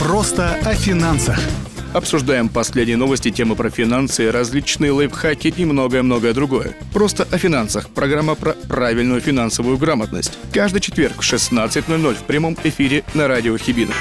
Просто о финансах. Обсуждаем последние новости, темы про финансы, различные лайфхаки и многое-многое другое. Просто о финансах. Программа про правильную финансовую грамотность. Каждый четверг в 16:00 в прямом эфире на радио Хибина.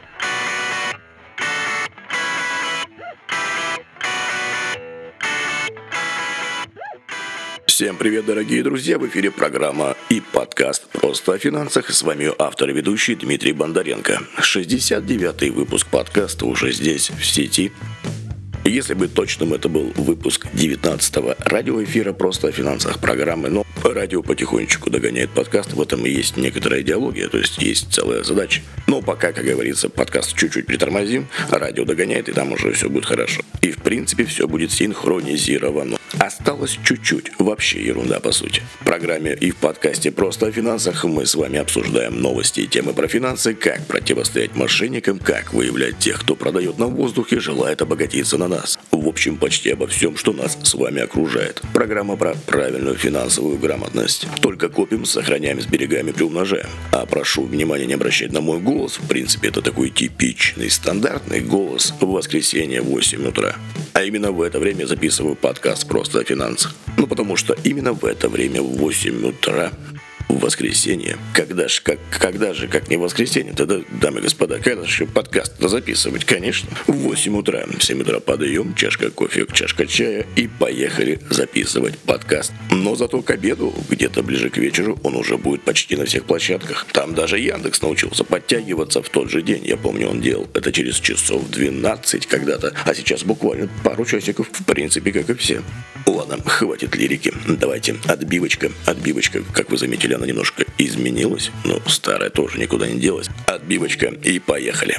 Всем привет, дорогие друзья! В эфире программа и подкаст «Просто о финансах». С вами автор и ведущий Дмитрий Бондаренко. 69-й выпуск подкаста уже здесь, в сети. Если быть точным, это был выпуск 19-го радиоэфира «Просто о финансах» программы. Но радио потихонечку догоняет подкаст. В этом и есть некоторая идеология, то есть есть целая задача. Но пока, как говорится, подкаст чуть-чуть притормозим, радио догоняет, и там уже все будет хорошо. И в принципе все будет синхронизировано. Осталось чуть-чуть, вообще ерунда по сути. В программе и в подкасте «Просто о финансах» мы с вами обсуждаем новости и темы про финансы, как противостоять мошенникам, как выявлять тех, кто продает нам воздух и желает обогатиться на нас. В общем, почти обо всем, что нас с вами окружает. Программа про правильную финансовую грамотность. Только копим, сохраняем, сберегаем и приумножаем. А прошу внимания не обращать на мой голос. В принципе, это такой типичный, стандартный голос в воскресенье в 8 утра. А именно в это время записываю подкаст «Просто о финансах». Ну, потому что именно в это время в 8 утра в воскресенье. Когда же, как не в воскресенье, тогда, дамы и господа, когда же еще подкаст-то записывать? Конечно, в 8 утра. В 7 утра подъем, чашка кофе, чашка чая и поехали записывать подкаст. Но зато к обеду, где-то ближе к вечеру, он уже будет почти на всех площадках. Там даже Яндекс научился подтягиваться в тот же день. Я помню, он делал это через часов 12 когда-то, а сейчас буквально пару часиков, в принципе, как и все. Ладно, хватит лирики. Давайте отбивочка. Отбивочка, как вы заметили, она немножко изменилась, но старая тоже никуда не делась. Отбивочка и поехали.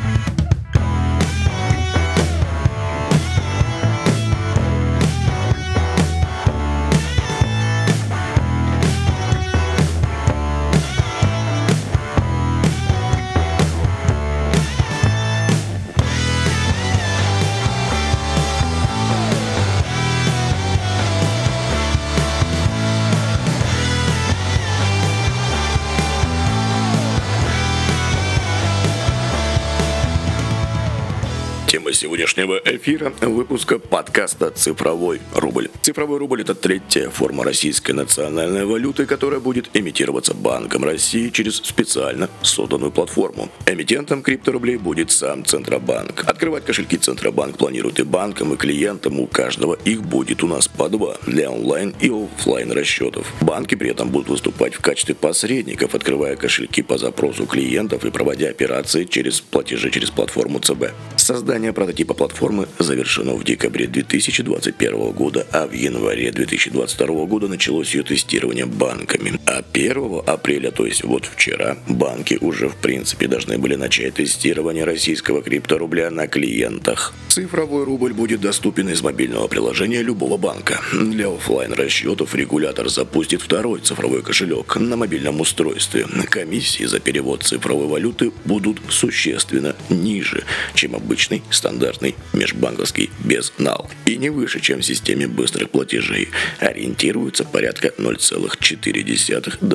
Тема сегодняшнего эфира – выпуска подкаста «Цифровой рубль». Цифровой рубль – это третья форма российской национальной валюты, которая будет эмитироваться Банком России через специально созданную платформу. Эмитентом крипторублей будет сам Центробанк. Открывать кошельки Центробанк планирует и банкам, и клиентам. У каждого их будет у нас по два для онлайн и офлайн расчетов. Банки при этом будут выступать в качестве посредников, открывая кошельки по запросу клиентов и проводя операции через платежи через платформу ЦБ. Создание прототипа платформы завершено в декабре 2021 года, а в январе 2022 года началось ее тестирование банками. А 1 апреля, то есть вот вчера, банки уже в принципе должны были начать тестирование российского крипторубля на клиентах. Цифровой рубль будет доступен из мобильного приложения любого банка. Для офлайн расчетов регулятор запустит второй цифровой кошелек на мобильном устройстве. Комиссии за перевод цифровой валюты будут существенно ниже, чем обычный стандартный межбанковский безнал, и не выше, чем в системе быстрых платежей. Ориентируется порядка 0,4 до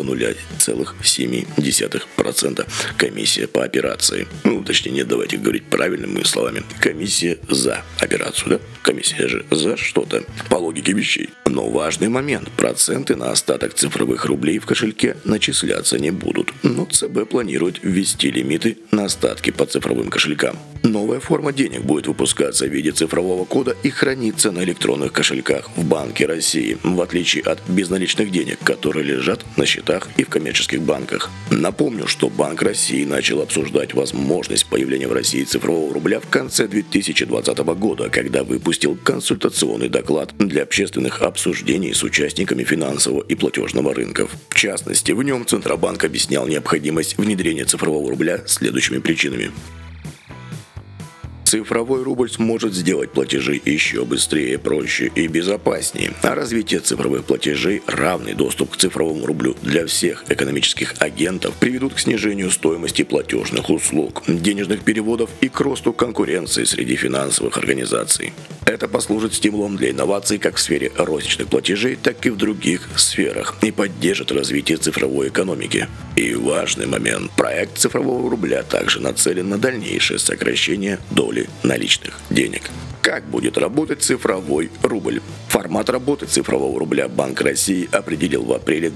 0,7% комиссия по операции. Ну, точнее, давайте говорить правильными словами. Комиссия за операцию, да? Комиссия же за что-то, по логике вещей. Но важный момент. Проценты на остаток цифровых рублей в кошельке начисляться не будут. Но ЦБ планирует ввести лимиты на остатки по цифровым кошелькам. Новая форма денег будет выпускаться в виде цифрового кода и храниться на электронных кошельках в Банке России, в отличие от безналичных денег, которые лежат на счетах и в коммерческих банках. Напомню, что Банк России начал обсуждать возможность появления в России цифрового рубля в конце 2020 года, когда выпустил консультационный доклад для общественных обсуждений с участниками финансового и платежного рынков. В частности, в нем Центробанк объяснял необходимость внедрения цифрового рубля следующими причинами. Цифровой рубль сможет сделать платежи еще быстрее, проще и безопаснее. А развитие цифровых платежей, равный доступ к цифровому рублю для всех экономических агентов, приведут к снижению стоимости платежных услуг, денежных переводов и к росту конкуренции среди финансовых организаций. Это послужит стимулом для инноваций как в сфере розничных платежей, так и в других сферах и поддержит развитие цифровой экономики. И важный момент. Проект цифрового рубля также нацелен на дальнейшее сокращение доли наличных денег. Как будет работать цифровой рубль? Формат работы цифрового рубля Банк России определил в апреле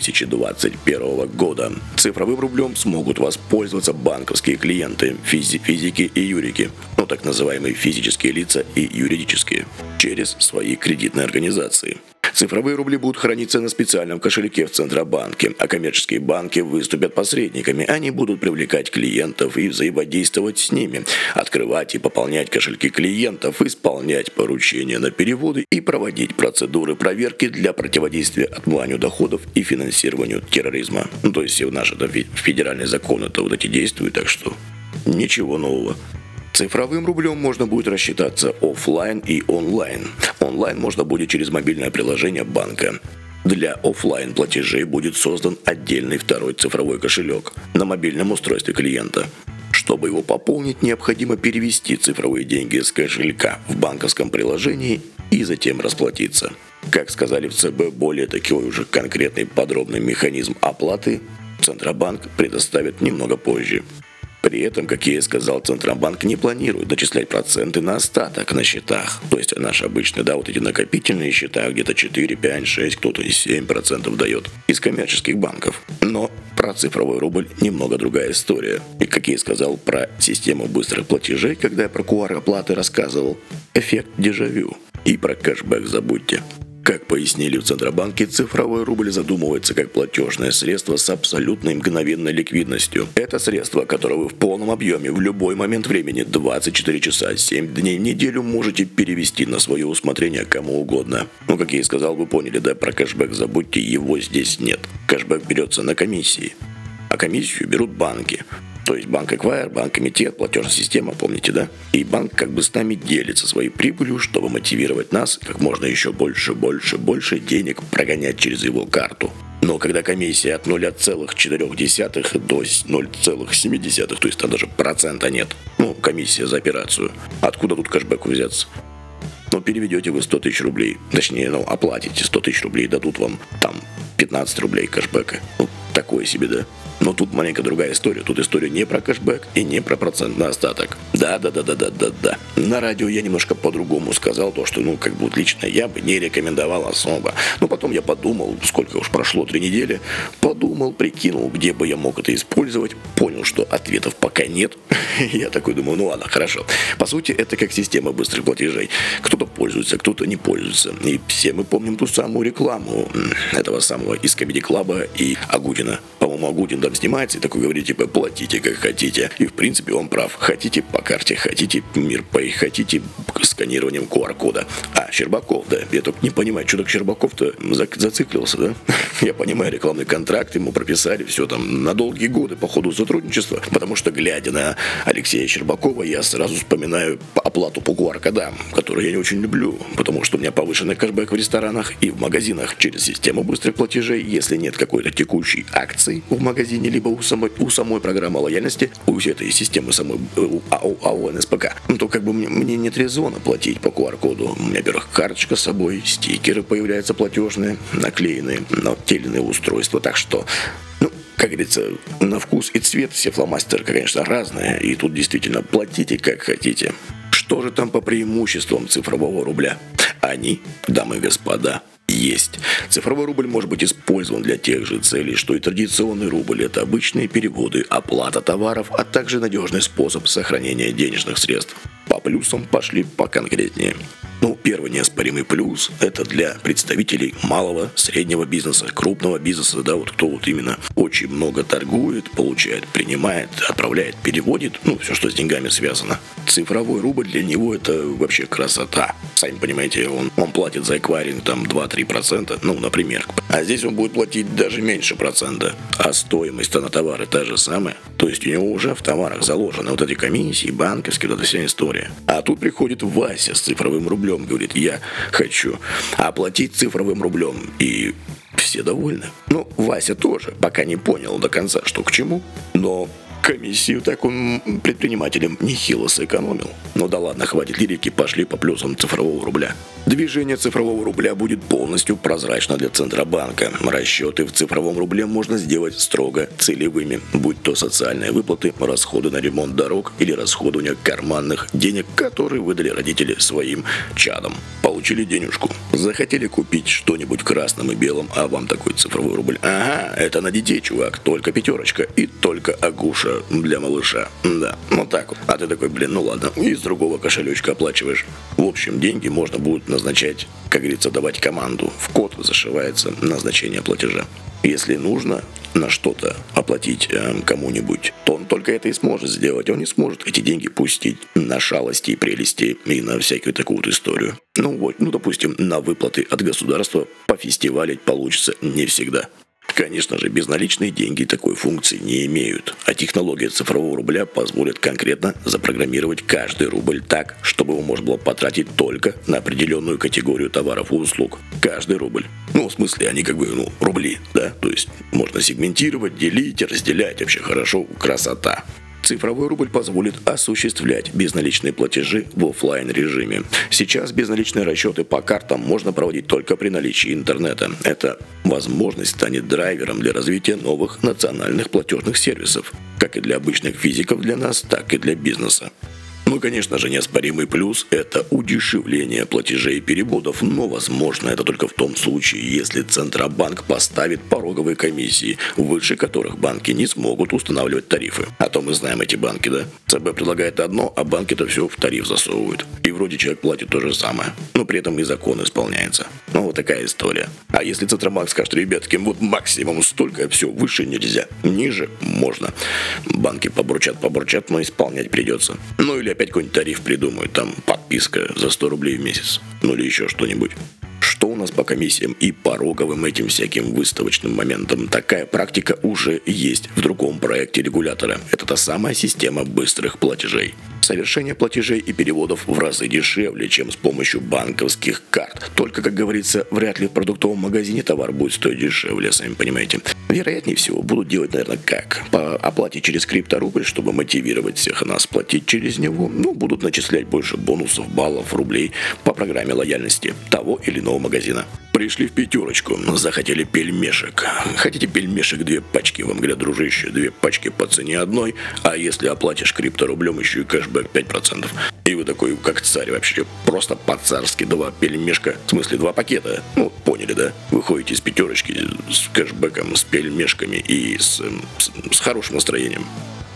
2021 года. Цифровым рублем смогут воспользоваться банковские клиенты, физики и юрики, так называемые физические лица и юридические, через свои кредитные организации. Цифровые рубли будут храниться на специальном кошельке в Центробанке, а коммерческие банки выступят посредниками. Они будут привлекать клиентов и взаимодействовать с ними, открывать и пополнять кошельки клиентов, исполнять поручения на переводы и проводить процедуры проверки для противодействия отмыванию доходов и финансированию терроризма. То есть все наши федеральные законы эти действуют, так что ничего нового. Цифровым рублем можно будет рассчитаться офлайн и онлайн. Онлайн можно будет через мобильное приложение банка. Для офлайн платежей будет создан отдельный второй цифровой кошелек на мобильном устройстве клиента. Чтобы его пополнить, необходимо перевести цифровые деньги с кошелька в банковском приложении и затем расплатиться. Как сказали в ЦБ, более такой уже конкретный подробный механизм оплаты Центробанк предоставит немного позже. При этом, как я и сказал, Центробанк не планирует начислять проценты на остаток на счетах. То есть наши обычные, эти накопительные счета, где-то 4, 5, 6, кто-то и 7% дает из коммерческих банков. Но про цифровой рубль немного другая история. И как я и сказал про систему быстрых платежей, когда я про QR-оплаты рассказывал, эффект дежавю. И про кэшбэк забудьте. Как пояснили в Центробанке, цифровой рубль задумывается как платежное средство с абсолютной мгновенной ликвидностью. Это средство, которое вы в полном объеме в любой момент времени, 24 часа, 7 дней в неделю можете перевести на свое усмотрение кому угодно. Как я и сказал, вы поняли, про кэшбэк забудьте, его здесь нет. Кэшбэк берется на комиссии, а комиссию берут банки. То есть банк Эквайр, банк Комитет, платежная система, помните, И банк с нами делится своей прибылью, чтобы мотивировать нас как можно еще больше денег прогонять через его карту. Но когда комиссия от 0,4 до 0,7, то есть там даже процента нет, комиссия за операцию, откуда тут кэшбэку взяться? Переведете вы 100 тысяч рублей, точнее, оплатите 100 тысяч рублей, дадут вам там 15 рублей кэшбэка. Такое себе, Но тут маленько другая история. Тут история не про кэшбэк и не про процентный остаток. Да. На радио я немножко по-другому сказал то, что, лично я бы не рекомендовал особо. Но потом я подумал, сколько уж прошло, 3 недели, прикинул, где бы я мог это использовать, понял, что ответов пока нет. Я такой думаю, ладно, хорошо. По сути, это как система быстрых платежей. Кто-то пользуется, кто-то не пользуется. И все мы помним ту самую рекламу этого самого из Comedy Club и Агутина. По-моему, Агутин там снимается и такой говорит, платите как хотите. И в принципе он прав. Хотите по карте, хотите Мирпэй, хотите сканированием QR-кода. А Щербаков, я только не понимаю, что так Щербаков-то зациклился, Я понимаю, рекламный контракт ему прописали, все там на долгие годы по ходу сотрудничества, потому что, глядя на Алексея Щербакова, я сразу вспоминаю оплату по QR-кодам, которую я не очень люблю, потому что у меня повышенный кэшбэк в ресторанах и в магазинах через систему быстрых платежей, если нет какой-то текущей акции в магазине, либо у самой программы лояльности, у этой системы самой АО НСПК, то мне нет резона платить по QR-коду. У меня, во-первых, карточка с собой, стикеры появляются платежные, наклеенные на те или иные устройства, так что как говорится, на вкус и цвет все фломастеры, конечно, разные, и тут действительно платите как хотите. Что же там по преимуществам цифрового рубля? Они, дамы и господа, есть. Цифровой рубль может быть использован для тех же целей, что и традиционный рубль. Это обычные переводы, оплата товаров, а также надежный способ сохранения денежных средств. По плюсам пошли поконкретнее. первый неоспоримый плюс – это для представителей малого, среднего бизнеса, крупного бизнеса, да, вот кто вот именно очень много торгует, получает, принимает, отправляет, переводит, все, что с деньгами связано. Цифровой рубль для него – это вообще красота. Сами понимаете, он платит за эквайринг там 2-3%, например. А здесь он будет платить даже меньше процента. А стоимость-то на товары та же самая. То есть у него уже в товарах заложены вот эти комиссии, банковские, вот эта вся история. А тут приходит Вася с цифровым рублем, говорит, я хочу оплатить цифровым рублем. И все довольны. Вася тоже пока не понял до конца, что к чему. Но комиссию так он предпринимателям нехило сэкономил. Да ладно, хватит лирики, пошли по плюсам цифрового рубля. Движение цифрового рубля будет полностью прозрачно для Центробанка. Расчеты в цифровом рубле можно сделать строго целевыми, будь то социальные выплаты, расходы на ремонт дорог или расходование карманных денег, которые выдали родители своим чадам. Получили денежку, захотели купить что-нибудь в красном и белом, а вам такой цифровой рубль. Ага, это на детей, чувак, только 5 и только агуша для малыша. Да, так вот. А ты такой, ладно, из другого кошелечка оплачиваешь. В общем, деньги можно будет назначать, как говорится, давать команду. В код зашивается назначение платежа. Если нужно на что-то оплатить кому-нибудь, то он только это и сможет сделать. Он не сможет эти деньги пустить на шалости и прелести и на всякую такую вот историю. Допустим, на выплаты от государства пофестивалить получится не всегда. Конечно же, безналичные деньги такой функции не имеют, а технология цифрового рубля позволит конкретно запрограммировать каждый рубль так, чтобы его можно было потратить только на определенную категорию товаров и услуг. Каждый рубль. В смысле, они рубли, да? То есть можно сегментировать, делить, разделять. Вообще хорошо, красота. Цифровой рубль позволит осуществлять безналичные платежи в офлайн режиме. Сейчас безналичные расчеты по картам можно проводить только при наличии интернета. Эта возможность станет драйвером для развития новых национальных платежных сервисов, как и для обычных физиков для нас, так и для бизнеса. Конечно же, неоспоримый плюс – это удешевление платежей и переводов, но возможно это только в том случае, если Центробанк поставит пороговые комиссии, выше которых банки не смогут устанавливать тарифы. А то мы знаем эти банки, да? ЦБ предлагает одно, а банки-то все в тариф засовывают. И вроде человек платит то же самое, но при этом и закон исполняется. Вот такая история. А если Центробанк скажет, ребятки, максимум столько, все, выше нельзя, ниже можно. Банки побурчат, но исполнять придется. Или опять какой-нибудь тариф придумают, там подписка за 100 рублей в месяц, или еще что-нибудь. Что у нас по комиссиям и пороговым этим всяким выставочным моментам? Такая практика уже есть в другом проекте регулятора. Это та самая система быстрых платежей. Совершение платежей и переводов в разы дешевле, чем с помощью банковских карт. Только, как говорится, вряд ли в продуктовом магазине товар будет стоить дешевле, сами понимаете. Вероятнее всего, будут делать, наверное, как? По оплате через крипторубль, чтобы мотивировать всех нас платить через него, будут начислять больше бонусов, баллов, рублей по программе лояльности того или иного магазина. Пришли в пятерочку, захотели пельмешек. Хотите пельмешек 2 пачки? Вам говорят, дружище, 2 пачки по цене одной, а если оплатишь крипторублем, еще и кэшбэк 5%. И вы такой, как царь вообще, просто по-царски 2 пельмешка, в смысле 2 пакета. Поняли, да? Вы ходите с пятерочки, с кэшбэком, с пельмешками и с хорошим настроением.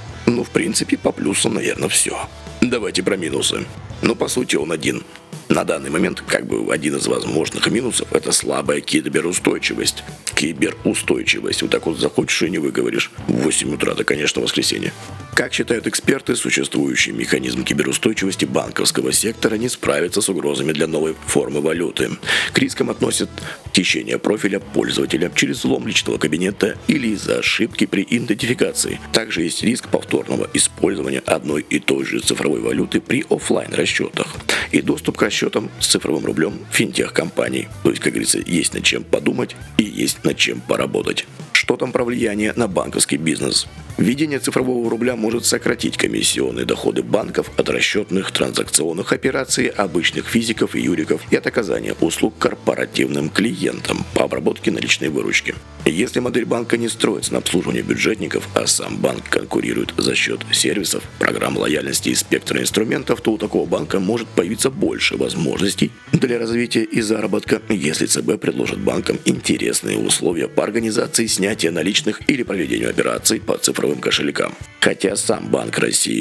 В принципе, по плюсу, наверное, все. Давайте про минусы. По сути, он один. На данный момент, один из возможных минусов – это слабая киберустойчивость. Киберустойчивость. Вот так вот захочешь и не выговоришь. В 8 утра, да, конечно, воскресенье. Как считают эксперты, существующий механизм киберустойчивости банковского сектора не справится с угрозами для новой формы валюты. К рискам относят хищение профиля пользователя через взлом личного кабинета или из-за ошибки при идентификации. Также есть риск повторного использования одной и той же цифровой валюты при офлайн расчетах и доступ к расчетам с цифровым рублем финтех-компаний. То есть, как говорится, есть над чем подумать и есть над чем поработать. Что там про влияние на банковский бизнес? Введение цифрового рубля может сократить комиссионные доходы банков от расчетных транзакционных операций обычных физиков и юриков и от оказания услуг корпоративным клиентам по обработке наличной выручки. Если модель банка не строится на обслуживании бюджетников, а сам банк конкурирует за счет сервисов, программ лояльности и спектра инструментов, то у такого банка может появиться больше возможностей для развития и заработка, если ЦБ предложит банкам интересные условия по организации снятия наличных или проведению операций по цифровым кошелькам. Хотя сам Банк России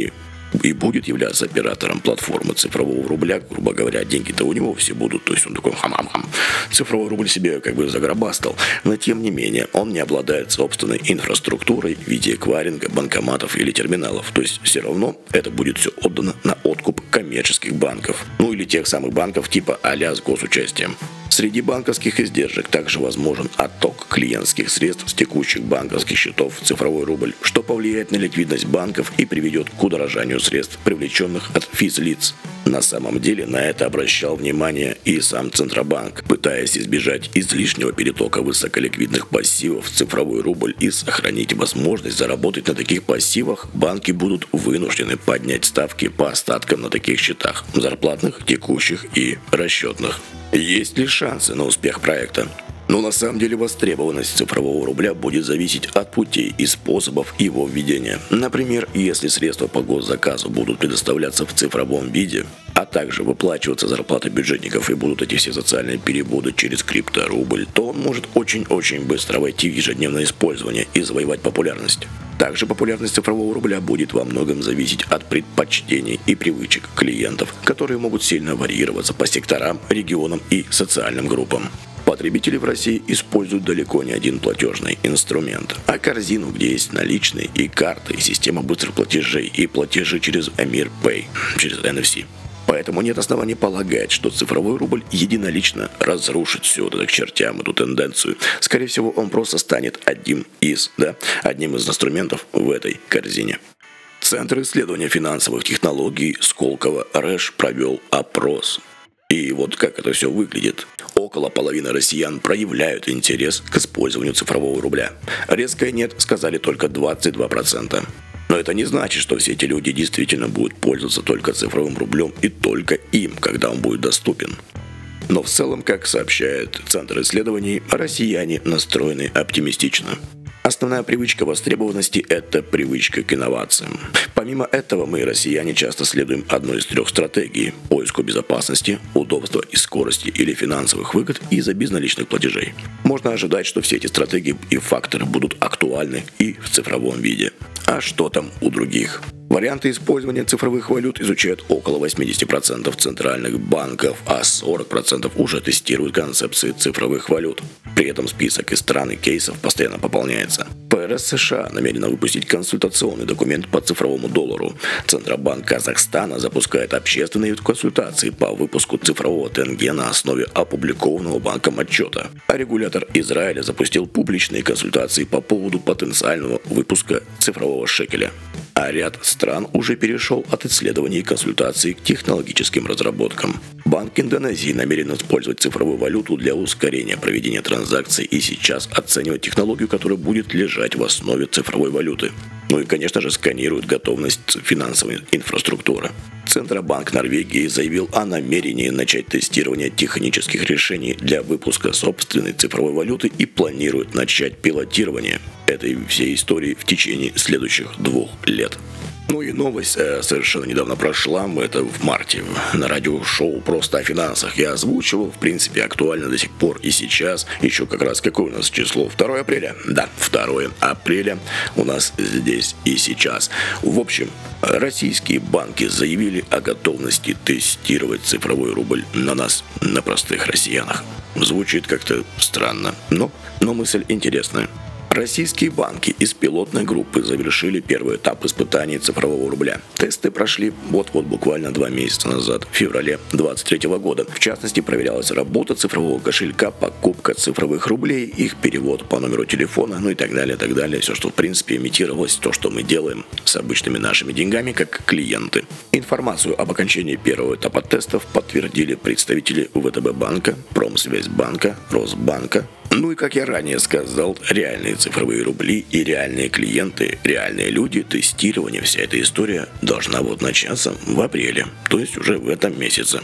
и будет являться оператором платформы цифрового рубля, грубо говоря, деньги-то у него все будут, то есть он такой хам-хам-хам. Цифровой рубль себе как бы загробастал, но тем не менее он не обладает собственной инфраструктурой в виде эквайринга, банкоматов или терминалов, то есть все равно это будет все отдано на откуп коммерческих банков, ну или тех самых банков типа а-ля с госучастием. Среди банковских издержек также возможен отток клиентских средств с текущих банковских счетов в цифровой рубль, что повлияет на ликвидность банков и приведет к удорожанию средств, привлеченных от физлиц. На самом деле на это обращал внимание и сам Центробанк, пытаясь избежать излишнего перетока высоколиквидных пассивов в цифровой рубль и сохранить возможность заработать на таких пассивах, банки будут вынуждены поднять ставки по остаткам на таких счетах – зарплатных, текущих и расчетных. Есть ли шансы на успех проекта? Но на самом деле востребованность цифрового рубля будет зависеть от путей и способов его введения. Например, если средства по госзаказу будут предоставляться в цифровом виде, а также выплачиваться зарплаты бюджетников и будут эти все социальные переводы через крипторубль, то он может очень-очень быстро войти в ежедневное использование и завоевать популярность. Также популярность цифрового рубля будет во многом зависеть от предпочтений и привычек клиентов, которые могут сильно варьироваться по секторам, регионам и социальным группам. Потребители в России используют далеко не один платежный инструмент, а корзину, где есть наличные и карты, и система быстрых платежей, и платежи через Amir Pay, через NFC. Поэтому нет оснований полагать, что цифровой рубль единолично разрушит всю вот эту к чертям, эту тенденцию. Скорее всего, он просто станет одним из инструментов в этой корзине. Центр исследования финансовых технологий Сколково РЭШ провел опрос. И вот как это все выглядит. Около половины россиян проявляют интерес к использованию цифрового рубля. Резкое «нет» сказали только 22%. Но это не значит, что все эти люди действительно будут пользоваться только цифровым рублем и только им, когда он будет доступен. Но в целом, как сообщает Центр исследований, россияне настроены оптимистично. Основная привычка востребованности – это привычка к инновациям. Помимо этого, мы, россияне, часто следуем одной из трех стратегий – поиску безопасности, удобства и скорости или финансовых выгод из-за безналичных платежей. Можно ожидать, что все эти стратегии и факторы будут актуальны и в цифровом виде. А что там у других? Варианты использования цифровых валют изучают около 80% центральных банков, а 40% уже тестируют концепции цифровых валют. При этом список из стран и кейсов постоянно пополняется. ФРС США намерена выпустить консультационный документ по цифровому доллару. Центробанк Казахстана запускает общественные консультации по выпуску цифрового тенге на основе опубликованного банком отчета. А регулятор Израиля запустил публичные консультации по поводу потенциального выпуска цифрового шекеля. А ряд стран уже перешел от исследований и консультаций к технологическим разработкам. Банк Индонезии намерен использовать цифровую валюту для ускорения проведения транзакций и сейчас оценивает технологию, которая будет лежать в основе цифровой валюты. Ну и, конечно же, сканирует готовность финансовой инфраструктуры. Центробанк Норвегии заявил о намерении начать тестирование технических решений для выпуска собственной цифровой валюты и планирует начать пилотирование этой всей истории в течение следующих 2 лет. Ну и новость совершенно недавно прошла, это в марте, на радиошоу «Просто о финансах» я озвучивал, в принципе, актуально до сих пор и сейчас, еще как раз какое у нас число, 2 апреля? Да, 2 апреля у нас здесь и сейчас. В общем, российские банки заявили о готовности тестировать цифровой рубль на нас, на простых россиянах. Звучит как-то странно, но мысль интересная. Российские банки из пилотной группы завершили первый этап испытаний цифрового рубля. Тесты прошли буквально 2 месяца назад, в феврале 2023 года. В частности, проверялась работа цифрового кошелька, покупка цифровых рублей, их перевод по номеру телефона, ну и так далее. Все, что в принципе имитировалось, то, что мы делаем с обычными нашими деньгами, как клиенты. Информацию об окончании первого этапа тестов подтвердили представители ВТБ банка, Промсвязьбанка, Росбанка. Ну и, как я ранее сказал, реальные цифровые рубли и реальные клиенты, реальные люди, тестирование, вся эта история должна начаться в апреле, то есть уже в этом месяце.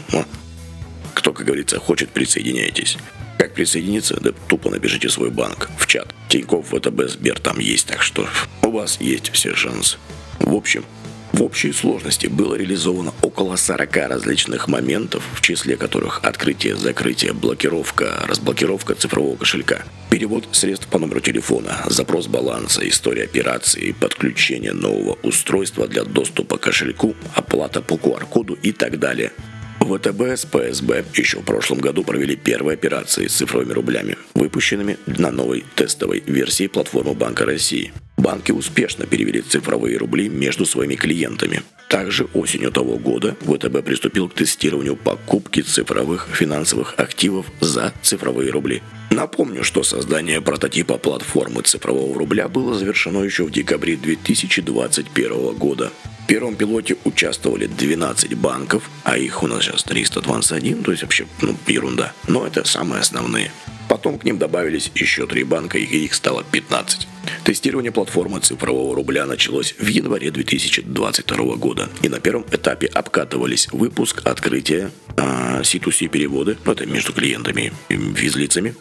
Кто, как говорится, хочет, присоединяйтесь. Как присоединиться? Да тупо напишите свой банк в чат. Тинькофф, ВТБ, Сбер там есть, так что у вас есть все шансы. В общем, В общей сложности было реализовано около 40 различных моментов, в числе которых открытие, закрытие, блокировка, разблокировка цифрового кошелька, перевод средств по номеру телефона, запрос баланса, история операций, подключение нового устройства для доступа к кошельку, оплата по QR-коду и так далее. ВТБ с ПСБ еще в прошлом году провели первые операции с цифровыми рублями, выпущенными на новой тестовой версии платформы Банка России. Банки успешно перевели цифровые рубли между своими клиентами. Также осенью того года ВТБ приступил к тестированию покупки цифровых финансовых активов за цифровые рубли. Напомню, что создание прототипа платформы цифрового рубля было завершено еще в декабре 2021 года. В первом пилоте участвовали 12 банков, а их у нас сейчас 321, то есть вообще ерунда. Но это самые основные. Потом к ним добавились еще 3 банка, и их стало 15. Тестирование платформы цифрового рубля началось в январе 2022 года. И на первом этапе обкатывались выпуск, открытие, C2C переводы, это между клиентами и физлицами,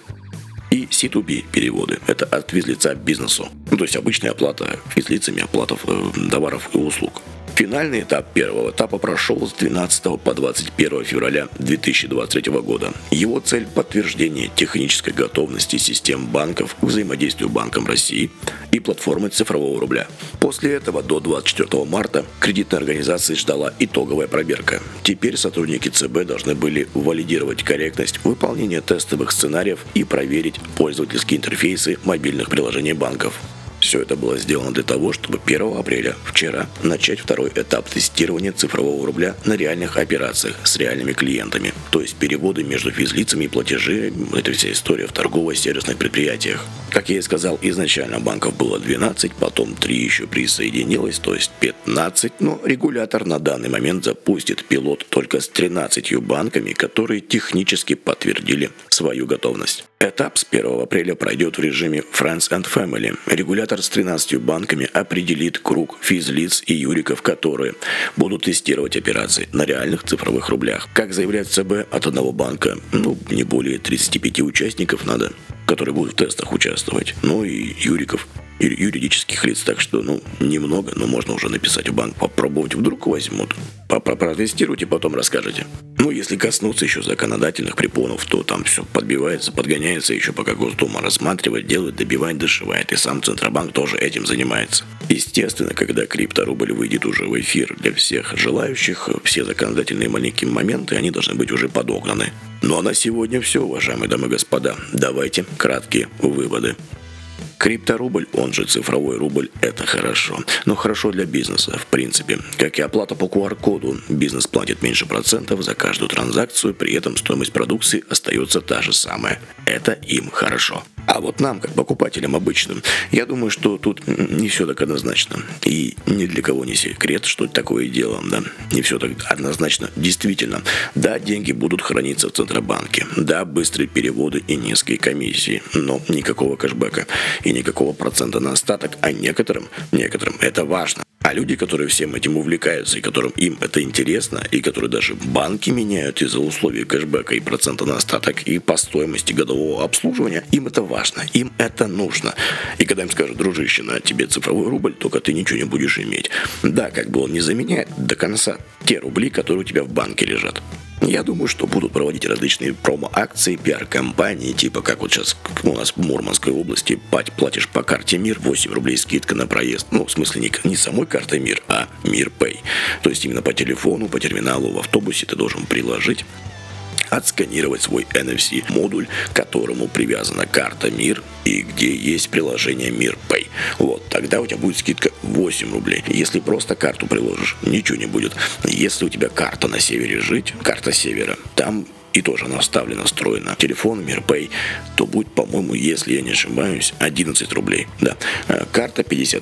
и C2B переводы, это от физлица к бизнесу. То есть обычная оплата физлицами, оплата товаров и услуг. Финальный этап первого этапа прошел с 12 по 21 февраля 2023 года. Его цель – подтверждение технической готовности систем банков к взаимодействию Банком России и платформы цифрового рубля. После этого до 24 марта кредитная организация ждала итоговая проверка. Теперь сотрудники ЦБ должны были валидировать корректность выполнения тестовых сценариев и проверить пользовательские интерфейсы мобильных приложений банков. Все это было сделано для того, чтобы 1 апреля, вчера, начать второй этап тестирования цифрового рубля на реальных операциях с реальными клиентами. То есть переводы между физлицами и платежи – это вся история в торгово-сервисных предприятиях. Как я и сказал, изначально банков было 12, потом 3 еще присоединилось, то есть 15, но регулятор на данный момент запустит пилот только с 13 банками, которые технически подтвердили свою готовность. Этап с 1 апреля пройдет в режиме Friends and Family. Регулятор с 13 банками определит круг физлиц и юриков, которые будут тестировать операции на реальных цифровых рублях. Как заявляет ЦБ, от одного банка, не более 35 участников надо, которые будут в тестах участвовать. Ну и юриков, юридических лиц, так что, немного, но можно уже написать в банк, попробовать, вдруг возьмут. Протестируйте, потом расскажете. Если коснуться еще законодательных препонов, то там все подбивается, подгоняется, еще пока Госдума рассматривает, делает, добивает, дошивает, и сам Центробанк тоже этим занимается. Естественно, когда крипторубль выйдет уже в эфир для всех желающих, все законодательные маленькие моменты, они должны быть уже подогнаны. Ну а на сегодня все, уважаемые дамы и господа. Давайте краткие выводы. Крипторубль, он же цифровой рубль, это хорошо. Но хорошо для бизнеса, в принципе. Как и оплата по QR-коду, бизнес платит меньше процентов за каждую транзакцию, при этом стоимость продукции остается та же самая. Это им хорошо. А вот нам, как покупателям обычным, я думаю, что тут не все так однозначно. И ни для кого не секрет, что такое дело, да. Не все так однозначно. Действительно, да, деньги будут храниться в Центробанке. Да, быстрые переводы и низкие комиссии. Но никакого кэшбэка и никакого процента на остаток. А некоторым это важно. А люди, которые всем этим увлекаются, и которым им это интересно, и которые даже банки меняют из-за условий кэшбэка и процента на остаток, и по стоимости годового обслуживания, им это важно, им это нужно. И когда им скажут: дружище, на тебе цифровой рубль, только ты ничего не будешь иметь. Да, как бы он не заменяет до конца те рубли, которые у тебя в банке лежат. Я думаю, что будут проводить различные промо-акции, пиар-компании, типа как вот сейчас у нас в Мурманской области платишь по карте МИР, 8 рублей скидка на проезд. В смысле не самой картой МИР, а МИР Пэй. То есть именно по телефону, по терминалу в автобусе ты должен приложить, отсканировать свой NFC-модуль, к которому привязана карта МИР и где есть приложение МИР Пэй. Вот, тогда у тебя будет скидка 8 рублей. Если просто карту приложишь, ничего не будет. Если у тебя карта на севере жить, карта севера, там и тоже она вставлена, встроена, телефон МИР Пэй, то будет, по-моему, если я не ошибаюсь, 11 рублей. Да. Карта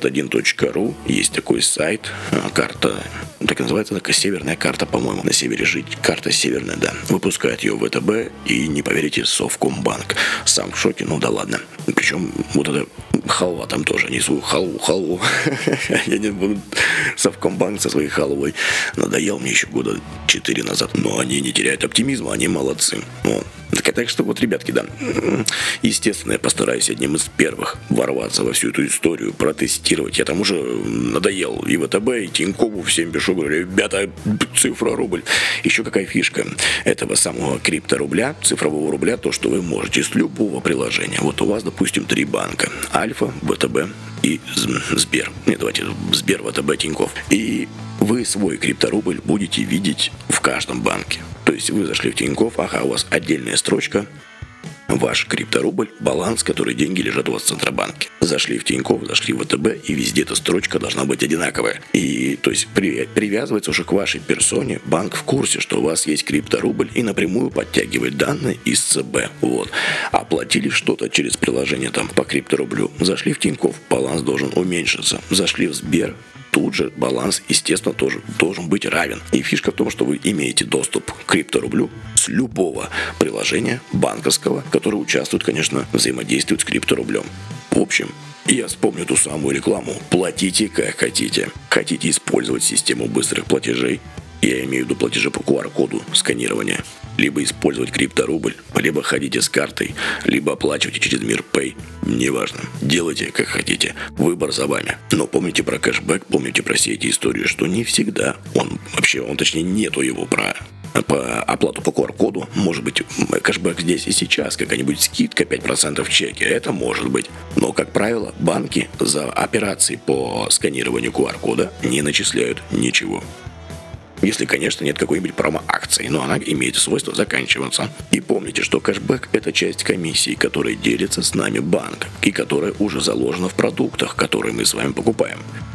51.ru, есть такой сайт, карта, так и называется, такая северная карта, по-моему, на севере жить, карта северная, да. Выпускает ее ВТБ и, не поверите, Совкомбанк. Сам в шоке, да ладно. Причем вот это халва там тоже, несу халву. Я не буду Совкомбанк со своей халвой. Надоел мне еще года 4 назад, но они не теряют оптимизма, они молодцы. Так что вот, ребятки, да, естественно, я постараюсь одним из первых ворваться во всю эту историю, протестировать. Я там уже надоел и ВТБ, и Тинькову, всем пишу, говорю, ребята, цифра рубль. Еще какая фишка этого самого крипторубля, цифрового рубля, то, что вы можете с любого приложения. Вот у вас, допустим, 3 банка: Альфа, ВТБ и Сбер. Нет, давайте Сбер, ВТБ, Тинькофф. И вы свой крипторубль будете видеть в каждом банке. То есть вы зашли в Тинькофф, у вас отдельная строчка, ваш крипторубль, баланс, который деньги лежат у вас в Центробанке. Зашли в Тинькофф, зашли в ВТБ, и везде эта строчка должна быть одинаковая. И то есть привязывается уже к вашей персоне, банк в курсе, что у вас есть крипторубль, и напрямую подтягивает данные из ЦБ. Вот. Оплатили что-то через приложение там по крипторублю, зашли в Тинькофф, баланс должен уменьшиться. Зашли в Сбер, тут же баланс, естественно, тоже должен быть равен. И фишка в том, что вы имеете доступ к крипторублю с любого приложения банковского, которое участвует, конечно, взаимодействует с крипторублем. В общем, я вспомню ту самую рекламу. Платите как хотите. Хотите использовать систему быстрых платежей? Я имею в виду платежи по QR-коду, сканирование. Либо использовать крипторубль, либо ходите с картой, либо оплачивайте через МирПэй. Неважно. Делайте как хотите. Выбор за вами. Но помните про кэшбэк, помните про все эти истории, что не всегда точнее нету его по оплату по QR-коду. Может быть, кэшбэк здесь и сейчас, какая-нибудь скидка 5% в чеке. Это может быть. Но, как правило, банки за операции по сканированию QR-кода не начисляют ничего. Если, конечно, нет какой-нибудь промо-акции, но она имеет свойство заканчиваться. И помните, что кэшбэк – это часть комиссии, которая делится с нами банк, и которая уже заложена в продуктах, которые мы с вами покупаем.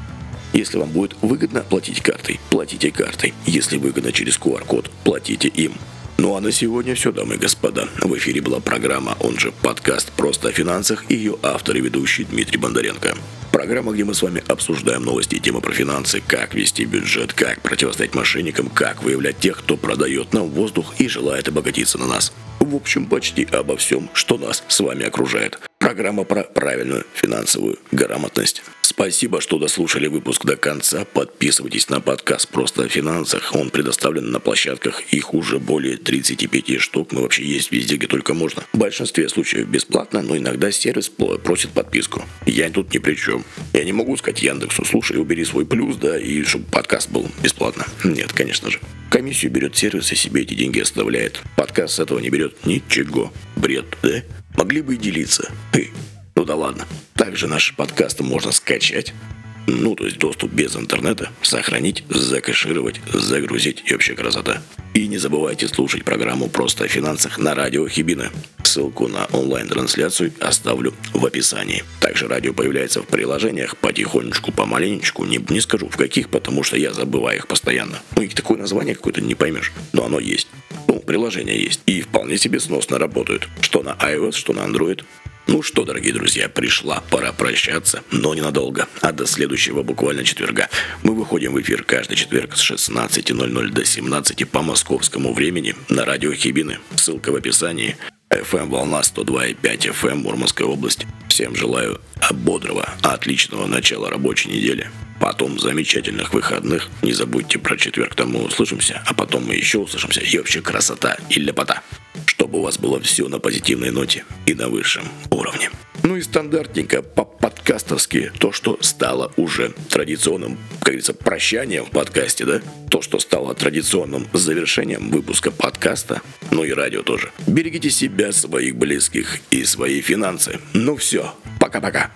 Если вам будет выгодно платить картой, платите картой. Если выгодно через QR-код, платите им. Ну а на сегодня все, дамы и господа. В эфире была программа, он же подкаст «Просто о финансах», и ее автор и ведущий Дмитрий Бондаренко. Программа, где мы с вами обсуждаем новости и темы про финансы, как вести бюджет, как противостоять мошенникам, как выявлять тех, кто продает нам воздух и желает обогатиться на нас. В общем, почти обо всем, что нас с вами окружает. Программа про правильную финансовую грамотность. Спасибо, что дослушали выпуск до конца. Подписывайтесь на подкаст «Просто о финансах». Он предоставлен на площадках. Их уже более 35 штук. Мы вообще есть везде, где только можно. В большинстве случаев бесплатно, но иногда сервис просит подписку. Я тут ни при чем. Я не могу сказать Яндексу: слушай, убери свой плюс, да, и чтобы подкаст был бесплатно. Нет, конечно же. Комиссию берет сервис и себе эти деньги оставляет. Подкаст с этого не берет ничего. Бред, да? Могли бы и делиться. Ну да ладно. Также наши подкасты можно скачать. То есть доступ без интернета, сохранить, закэшировать, загрузить, и вообще красота. И не забывайте слушать программу «Просто о финансах» на радио Хибина. Ссылку на онлайн-трансляцию оставлю в описании. Также радио появляется в приложениях потихонечку, помаленечку. Не скажу в каких, потому что я забываю их постоянно. Их такое название какое-то не поймешь. Но оно есть. Приложения есть. И вполне себе сносно работают. Что на iOS, что на Android. Ну что, дорогие друзья, пришла пора прощаться, но ненадолго, а до следующего буквально четверга. Мы выходим в эфир каждый четверг с 16:00 до 17 по московскому времени на радио Хибины. Ссылка в описании. FM волна 102,5 FM, Мурманская область. Всем желаю бодрого, отличного начала рабочей недели. Потом замечательных выходных. Не забудьте про четверг, там мы услышимся, а потом мы еще услышимся. И вообще красота и ляпота. Чтобы у вас было все на позитивной ноте и на высшем уровне. Ну и стандартненько по-подкастовски то, что стало уже традиционным, как говорится, прощанием в подкасте, да? То, что стало традиционным завершением выпуска подкаста, ну и радио тоже. Берегите себя, своих близких и свои финансы. Ну все, пока-пока.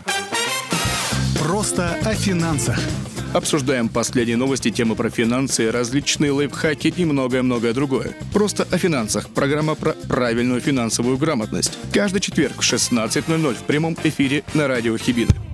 Просто о финансах. Обсуждаем последние новости, темы про финансы, различные лайфхаки и многое-многое другое. Просто о финансах. Программа про правильную финансовую грамотность. Каждый четверг в 16:00 в прямом эфире на радио Хибина.